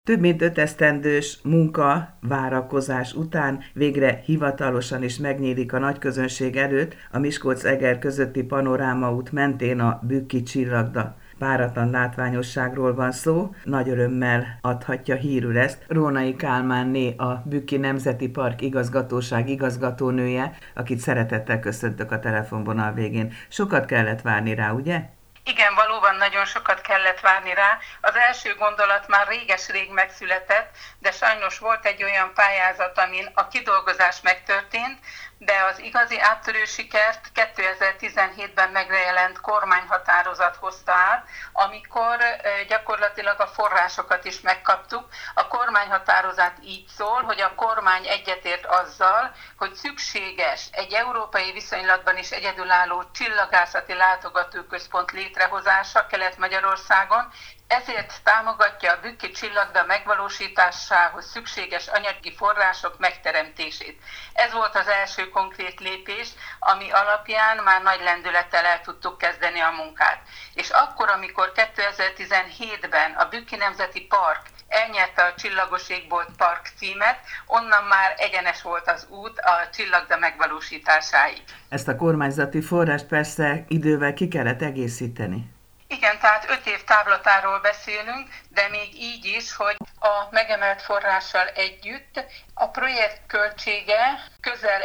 Több mint 5 esztendős munka, várakozás után végre hivatalosan is megnyílik a nagyközönség előtt a Miskolc-Eger közötti panorámaút mentén a Bükki Csillagda. Páratlan látványosságról van szó, nagy örömmel adhatja hírül ezt Rónai Kálmánné, a Bükki Nemzeti Park igazgatóság igazgatónője, akit szeretettel köszöntök a telefonvonal végén. Sokat kellett várni rá, ugye? Igen, valóban nagyon sokat kellett várni rá. Az első gondolat már réges-rég megszületett, de sajnos volt egy olyan pályázat, amin a kidolgozás megtörtént, de az igazi áttörő sikert 2017-ben megjelent kormányhatározat hozta át, amikor gyakorlatilag a forrásokat is megkaptuk. A kormányhatározat így szól, hogy a kormány egyetért azzal, hogy szükséges egy európai viszonylatban is egyedülálló csillagászati látogatóközpont létrehozása Kelet-Magyarországon, ezért támogatja a Bükki Csillagda megvalósításához szükséges anyagi források megteremtését. Ez volt az első konkrét lépés, ami alapján már nagy lendülettel el tudtuk kezdeni a munkát. És akkor, amikor 2017-ben a Bükki Nemzeti Park elnyerte a Csillagos Égbolt Park címet, onnan már egyenes volt az út a Csillagda megvalósításáig. Ezt a kormányzati forrást persze idővel ki kellett egészíteni. Igen, tehát 5 év távlatáról beszélünk, de még így is, hogy a megemelt forrással együtt a projekt költsége közel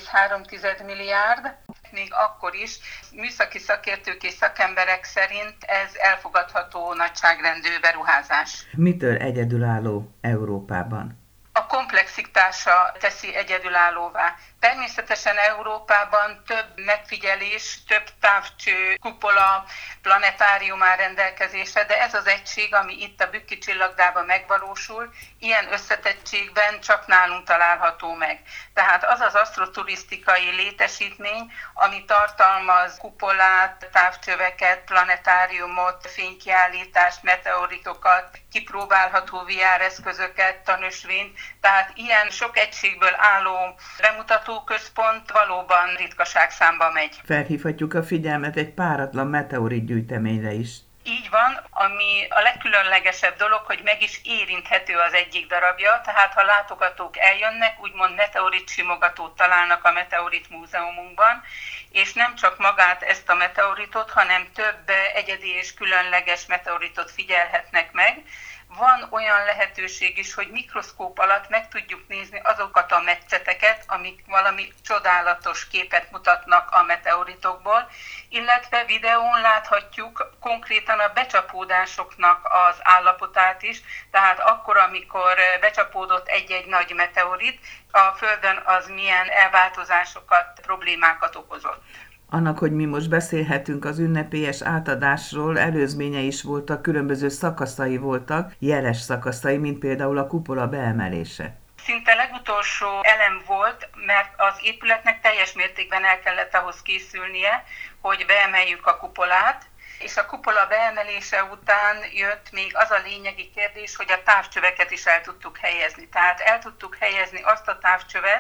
1,3 milliárd, még akkor is műszaki szakértők és szakemberek szerint ez elfogadható nagyságrendű beruházás. Mitől egyedülálló Európában? A komplexitása teszi egyedülállóvá. Természetesen Európában több megfigyelés, több távcső, kupola, planetárium áll rendelkezésre, de ez az egység, ami itt a Bükki Csillagdában megvalósul, ilyen összetettségben csak nálunk található meg. Tehát az az asztroturisztikai létesítmény, ami tartalmaz kupolát, távcsöveket, planetáriumot, fénykiállítást, meteoritokat, kipróbálható VR eszközöket, tanösvényt, tehát ilyen sok egységből álló bemutatóközpont valóban ritkaságszámba megy. Felhívhatjuk a figyelmet egy páratlan meteorit gyűjteményre is. Így van, ami a legkülönlegesebb dolog, hogy meg is érinthető az egyik darabja, tehát ha látogatók eljönnek, úgymond meteorit simogatót találnak a Meteorit Múzeumunkban, és nem csak magát ezt a meteoritot, hanem több egyedi és különleges meteoritot figyelhetnek meg. Van olyan lehetőség is, hogy mikroszkóp alatt meg tudjuk nézni azokat a metszeteket, amik valami csodálatos képet mutatnak a meteoritokból, illetve videón láthatjuk konkrétan a becsapódásoknak az állapotát is, tehát akkor, amikor becsapódott egy-egy nagy meteorit, a Földön az milyen elváltozásokat, problémákat okozott. Annak, hogy mi most beszélhetünk az ünnepélyes átadásról, előzménye is voltak, különböző szakaszai voltak, jeles szakaszai, mint például a kupola beemelése. Szinte legutolsó elem volt, mert az épületnek teljes mértékben el kellett ahhoz készülnie, hogy beemeljük a kupolát, és a kupola beemelése után jött még az a lényegi kérdés, hogy a távcsöveket is el tudtuk helyezni. Tehát el tudtuk helyezni azt a távcsövet,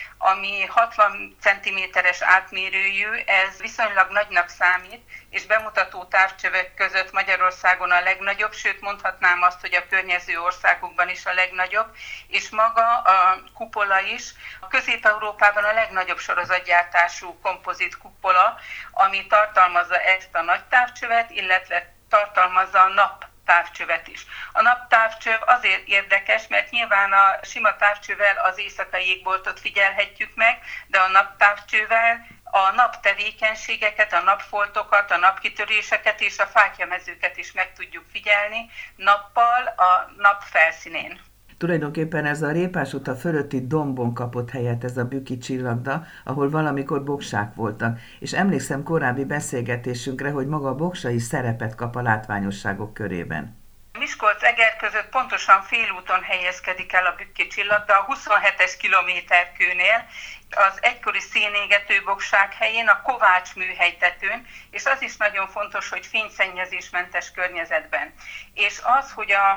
ami 60 cm-es átmérőjű, ez viszonylag nagynak számít, és bemutató távcsövek között Magyarországon a legnagyobb, sőt mondhatnám azt, hogy a környező országokban is a legnagyobb, és maga a kupola is a Közép-Európában a legnagyobb sorozatgyártású kompozit kupola, ami tartalmazza ezt a nagy távcsövet, illetve tartalmazza a nap távcsövet is. A naptávcsöv azért érdekes, mert nyilván a sima távcsővel az éjszakai égboltot figyelhetjük meg, de a naptávcsővel a naptevékenységeket, a napfoltokat, a napkitöréseket és a fáklymezőket is meg tudjuk figyelni nappal a nap felszínén. Tulajdonképpen ez a Répás utca fölötti dombon kapott helyet ez a Bükki Csillagda, ahol valamikor boksák voltak, és emlékszem korábbi beszélgetésünkre, hogy maga a boksa is szerepet kap a látványosságok körében. Miskolc-Eger között pontosan félúton helyezkedik el a Bükki Csillagda, a 27-es kilométerkőnél, az egykori szénégető boksák helyén, a Kovács műhelytetőn, és az is nagyon fontos, hogy fényszennyezésmentes környezetben. És az, hogy a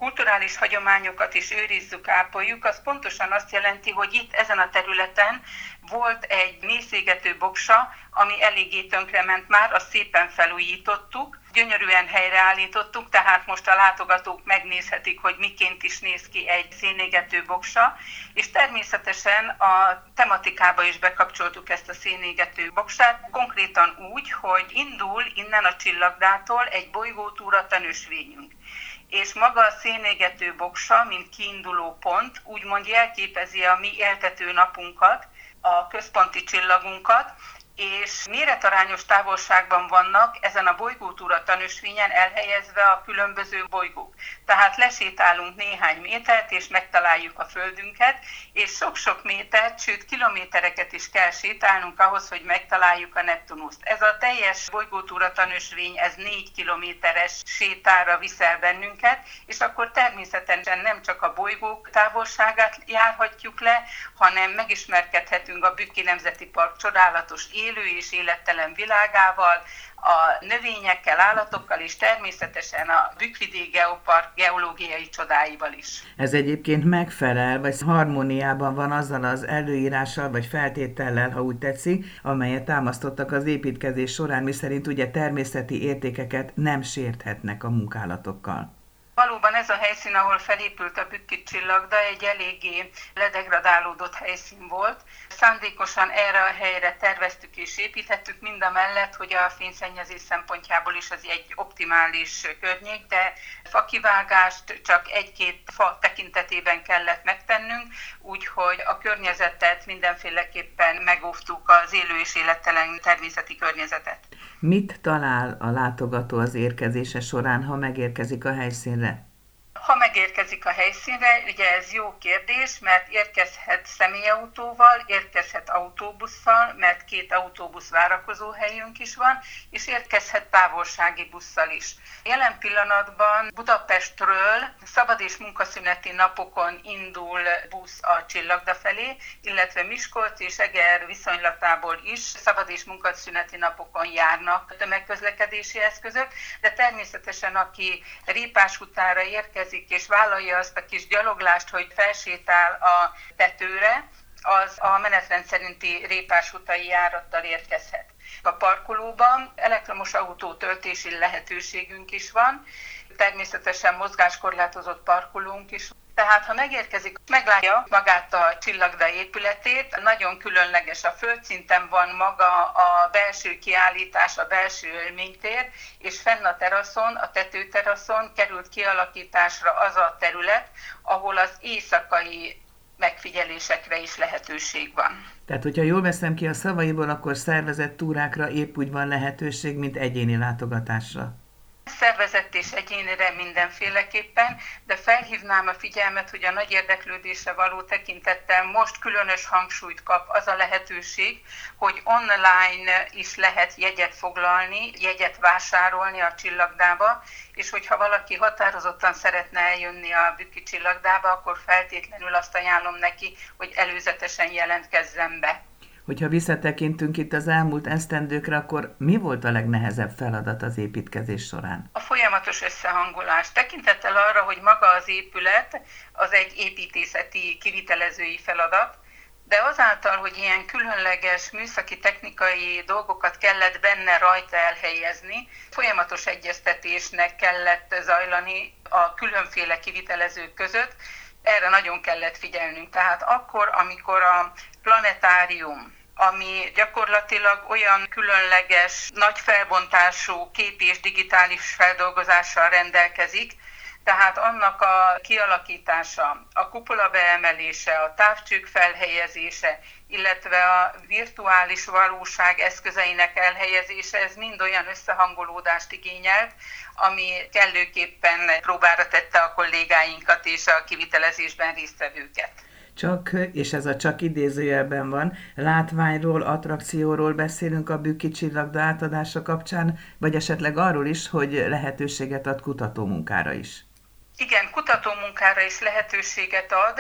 kulturális hagyományokat is őrizzük, ápoljuk, az pontosan azt jelenti, hogy itt ezen a területen volt egy mészégető boksa, ami eléggé tönkrement már, azt szépen felújítottuk, gyönyörűen helyreállítottuk, tehát most a látogatók megnézhetik, hogy miként is néz ki egy szénégető boksa, és természetesen a tematikába is bekapcsoltuk ezt a szénégető boksát, konkrétan úgy, hogy indul innen a Csillagdától egy bolygótúra tanúsvényünk. És maga a szénégető boksa, mint kiinduló pont, úgymond jelképezi a mi éltető napunkat, a központi csillagunkat, és méretarányos távolságban vannak ezen a bolygótúra tanúsvényen elhelyezve a különböző bolygók. Tehát lesétálunk néhány métert, és megtaláljuk a Földünket, és sok-sok métert, sőt kilométereket is kell sétálnunk ahhoz, hogy megtaláljuk a Neptunuszt. Ez a teljes bolygótúra tanúsvény, ez 4 kilométeres sétára viszel bennünket, és akkor természetesen nem csak a bolygók távolságát járhatjuk le, hanem megismerkedhetünk a Bükki Nemzeti Park csodálatos élő és élettelen világával, a növényekkel, állatokkal és természetesen a Bükkvidék Geopark geológiai csodáival is. Ez egyébként megfelel, vagy harmóniában van azzal az előírással, vagy feltétellel, ha úgy tetszik, amelyet támasztottak az építkezés során, miszerint ugye természeti értékeket nem sérthetnek a munkálatokkal. Valóban ez a helyszín, ahol felépült a Bükki csillagda, egy eléggé ledegradálódott helyszín volt. Szándékosan erre a helyre terveztük és építettük, mindamellett, hogy a fényszennyezés szempontjából is az egy optimális környék, de fakivágást csak 1-2 fa tekintetében kellett megtennünk, úgyhogy a környezetet mindenféleképpen megóvtuk, az élő és élettelen természeti környezetet. Mit talál a látogató az érkezése során, ha megérkezik a helyszínre? Ha megérkezik a helyszínre, ugye ez jó kérdés, mert érkezhet személyautóval, érkezhet autóbusszal, mert 2 autóbusz várakozóhelyünk is van, és érkezhet távolsági busszal is. Jelen pillanatban Budapestről szabad és munkaszüneti napokon indul busz a Csillagda felé, illetve Miskolc és Eger viszonylatából is szabad és munkaszüneti napokon járnak tömegközlekedési eszközök, de természetesen aki Répáskutánra érkezik, és vállalja azt a kis gyaloglást, hogy felsétál a tetőre, az a menetrend szerinti Répáskutai járattal érkezhet. A parkolóban elektromos autó töltési lehetőségünk is van, természetesen mozgáskorlátozott parkolónk is. Tehát, ha megérkezik, meglátja magát a Csillagda épületét, nagyon különleges, a földszinten van maga a belső kiállítás, a belső élménytér, és fenn a teraszon, a tetőteraszon került kialakításra az a terület, ahol az éjszakai megfigyelésekre is lehetőség van. Tehát, hogyha jól veszem ki a szavaiból, akkor szervezett túrákra épp úgy van lehetőség, mint egyéni látogatásra. Szervezett és egyénire mindenféleképpen, de felhívnám a figyelmet, hogy a nagy érdeklődésre való tekintettel most különös hangsúlyt kap az a lehetőség, hogy online is lehet jegyet foglalni, jegyet vásárolni a Csillagdába, és hogyha valaki határozottan szeretne eljönni a Bükki Csillagdába, akkor feltétlenül azt ajánlom neki, hogy előzetesen jelentkezzen be. Hogyha visszatekintünk itt az elmúlt esztendőkre, akkor mi volt a legnehezebb feladat az építkezés során? A folyamatos összehangolás. Tekintettel arra, hogy maga az épület az egy építészeti kivitelezői feladat, de azáltal, hogy ilyen különleges műszaki technikai dolgokat kellett benne rajta elhelyezni, folyamatos egyeztetésnek kellett zajlani a különféle kivitelezők között, erre nagyon kellett figyelnünk. Tehát akkor, amikor a planetárium, ami gyakorlatilag olyan különleges, nagy felbontású kép- és digitális feldolgozással rendelkezik, tehát annak a kialakítása, a kupola beemelése, a távcsők felhelyezése, illetve a virtuális valóság eszközeinek elhelyezése, ez mind olyan összehangolódást igényelt, ami kellőképpen próbára tette a kollégáinkat és a kivitelezésben résztvevőket. Csak, és ez a csak idézőjelben van, látványról, attrakcióról beszélünk a Bükki Csillagda átadása kapcsán, vagy esetleg arról is, hogy lehetőséget ad kutatómunkára is. Igen, kutatómunkára is lehetőséget ad,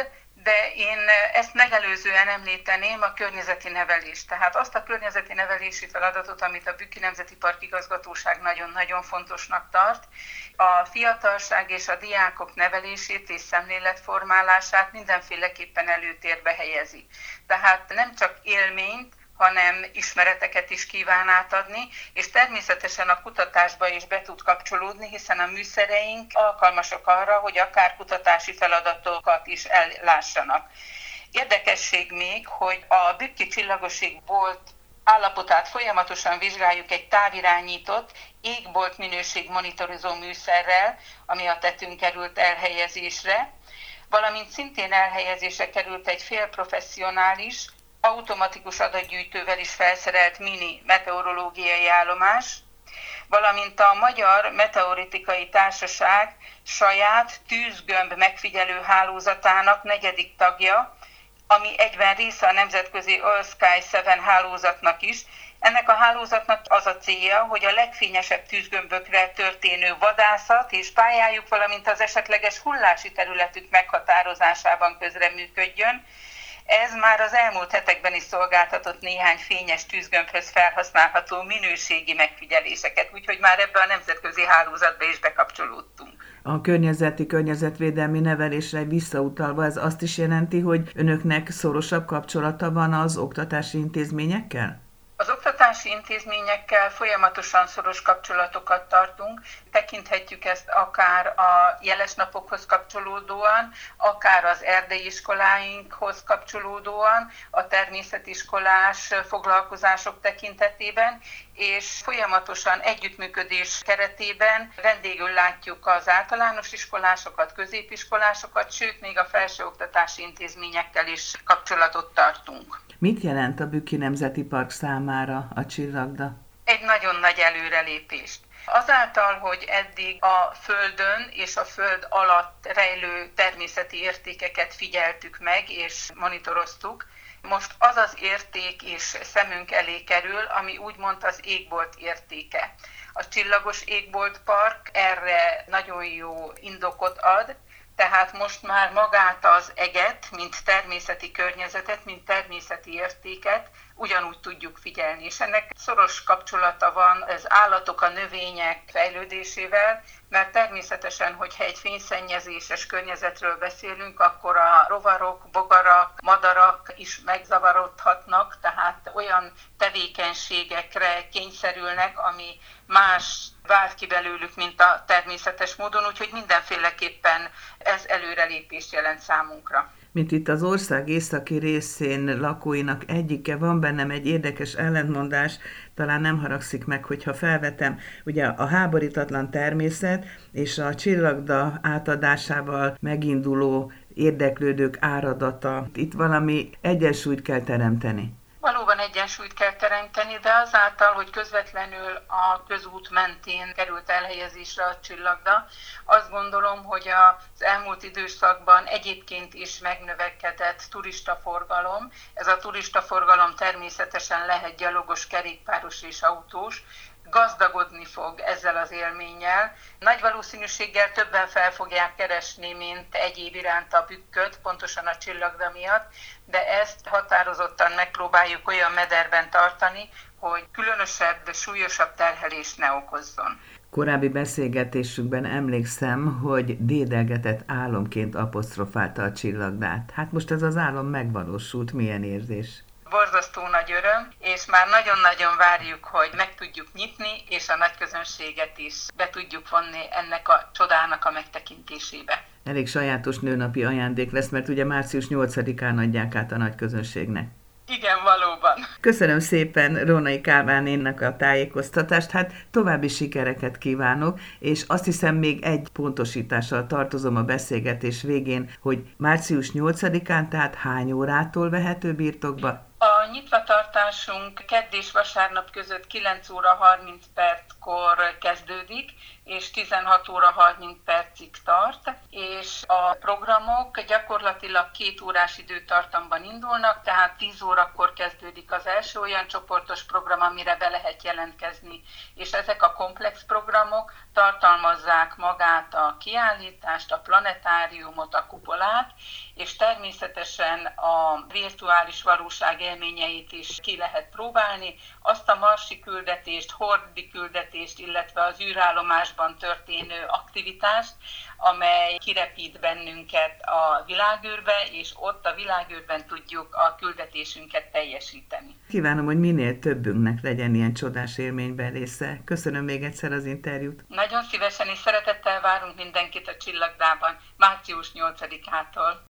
De én ezt megelőzően említeném a környezeti nevelést. Tehát azt a környezeti nevelési feladatot, amit a Bükki Nemzeti Park Igazgatóság nagyon-nagyon fontosnak tart, a fiatalság és a diákok nevelését és szemléletformálását mindenféleképpen előtérbe helyezi. Tehát nem csak élményt, hanem ismereteket is kíván átadni, és természetesen a kutatásba is be tud kapcsolódni, hiszen a műszereink alkalmasak arra, hogy akár kutatási feladatokat is ellássanak. Érdekesség még, hogy a Bükki Csillagoség-bolt állapotát folyamatosan vizsgáljuk egy távirányított égbolt minőség monitorozó műszerrel, ami a tetőn került elhelyezésre, valamint szintén elhelyezésre került egy félprofesszionális, automatikus adatgyűjtővel is felszerelt mini meteorológiai állomás, valamint a Magyar Meteoritikai Társaság saját tűzgömb megfigyelő hálózatának 4. tagja, ami egyben része a nemzetközi All Sky 7 hálózatnak is. Ennek a hálózatnak az a célja, hogy a legfényesebb tűzgömbökre történő vadászat és pályájuk, valamint az esetleges hullási területük meghatározásában közreműködjön. Ez már az elmúlt hetekben is szolgáltatott néhány fényes tűzgömbhöz felhasználható minőségi megfigyeléseket, úgyhogy már ebbe a nemzetközi hálózatba is bekapcsolódtunk. A környezetvédelmi nevelésre visszautalva ez azt is jelenti, hogy önöknek szorosabb kapcsolata van az oktatási intézményekkel? Az oktatási intézményekkel folyamatosan szoros kapcsolatokat tartunk, tekinthetjük ezt akár a jeles napokhoz kapcsolódóan, akár az erdei iskoláinkhoz kapcsolódóan, a természetiskolás foglalkozások tekintetében, és folyamatosan együttműködés keretében vendégül látjuk az általános iskolásokat, középiskolásokat, sőt még a felsőoktatási intézményekkel is kapcsolatot tartunk. Mit jelent a Bükki Nemzeti Park számára a csillagda? Egy nagyon nagy előrelépést. Azáltal, hogy eddig a Földön és a Föld alatt rejlő természeti értékeket figyeltük meg és monitoroztuk, most az az érték is szemünk elé kerül, ami úgymond az égbolt értéke. A Csillagos Égbolt Park erre nagyon jó indokot ad, tehát most már magát az eget, mint természeti környezetet, mint természeti értéket ugyanúgy tudjuk figyelni. És ennek szoros kapcsolata van az állatok, a növények fejlődésével, mert természetesen, hogyha egy fényszennyezéses környezetről beszélünk, akkor a rovarok, bogarak, madarak is megzavarodhatnak, tehát olyan tevékenységekre kényszerülnek, ami más vár ki belőlük, mint a természetes módon, úgyhogy mindenféleképpen ez előrelépést jelent számunkra. Mint itt az ország északi részén lakóinak egyike, van bennem egy érdekes ellentmondás, talán nem haragszik meg, hogyha felvetem, ugye a háborítatlan természet és a csillagda átadásával meginduló érdeklődők áradata. Itt valami egyensúlyt kell teremteni. Valóban egyensúlyt kell teremteni, de azáltal, hogy közvetlenül a közút mentén került elhelyezésre a csillagda, azt gondolom, hogy az elmúlt időszakban egyébként is megnövekedett turistaforgalom. Ez a turistaforgalom természetesen lehet gyalogos, kerékpáros és autós, gazdagodni fog ezzel az élménnyel. Nagy valószínűséggel többen fel fogják keresni, mint egyéb iránt a bükköt, pontosan a csillagda miatt, de ezt határozottan megpróbáljuk olyan mederben tartani, hogy különösebb, súlyosabb terhelést ne okozzon. Korábbi beszélgetésünkben emlékszem, hogy dédelgetett álomként apostrofálta a csillagdát. Hát most ez az álom megvalósult, milyen érzés? Borzasztó nagy öröm, és már nagyon-nagyon várjuk, hogy meg tudjuk nyitni, és a nagy közönséget is be tudjuk vonni ennek a csodának a megtekintésébe. Elég sajátos nőnapi ajándék lesz, mert ugye március 8-án adják át a nagy közönségnek. Igen, valóban. Köszönöm szépen Rónai Kálmánénnak a tájékoztatást, hát további sikereket kívánok, és azt hiszem még egy pontosítással tartozom a beszélgetés végén, hogy március 8-án, tehát hány órától vehető birtokba? A nyitvatartásunk kedd és vasárnap között 9 óra 30 perckor kezdődik, és 16 óra 30 percig tart, és a programok gyakorlatilag 2 órás időtartamban indulnak, tehát 10 órakor kezdődik az első olyan csoportos program, amire be lehet jelentkezni, és ezek a komplex programok tartalmazzák magát a kiállítást, a planetáriumot, a kupolát, és természetesen a virtuális valóság élményeit is ki lehet próbálni, azt a marsi küldetést, hordi küldetést, illetve az űrállomásban történő aktivitást, amely kirepít bennünket a világűrbe, és ott a világűrben tudjuk a küldetésünket teljesíteni. Kívánom, hogy minél többünknek legyen ilyen csodás élményben része. Köszönöm még egyszer az interjút. Nagyon szívesen és szeretettel várunk mindenkit a Csillagdában március 8-ától.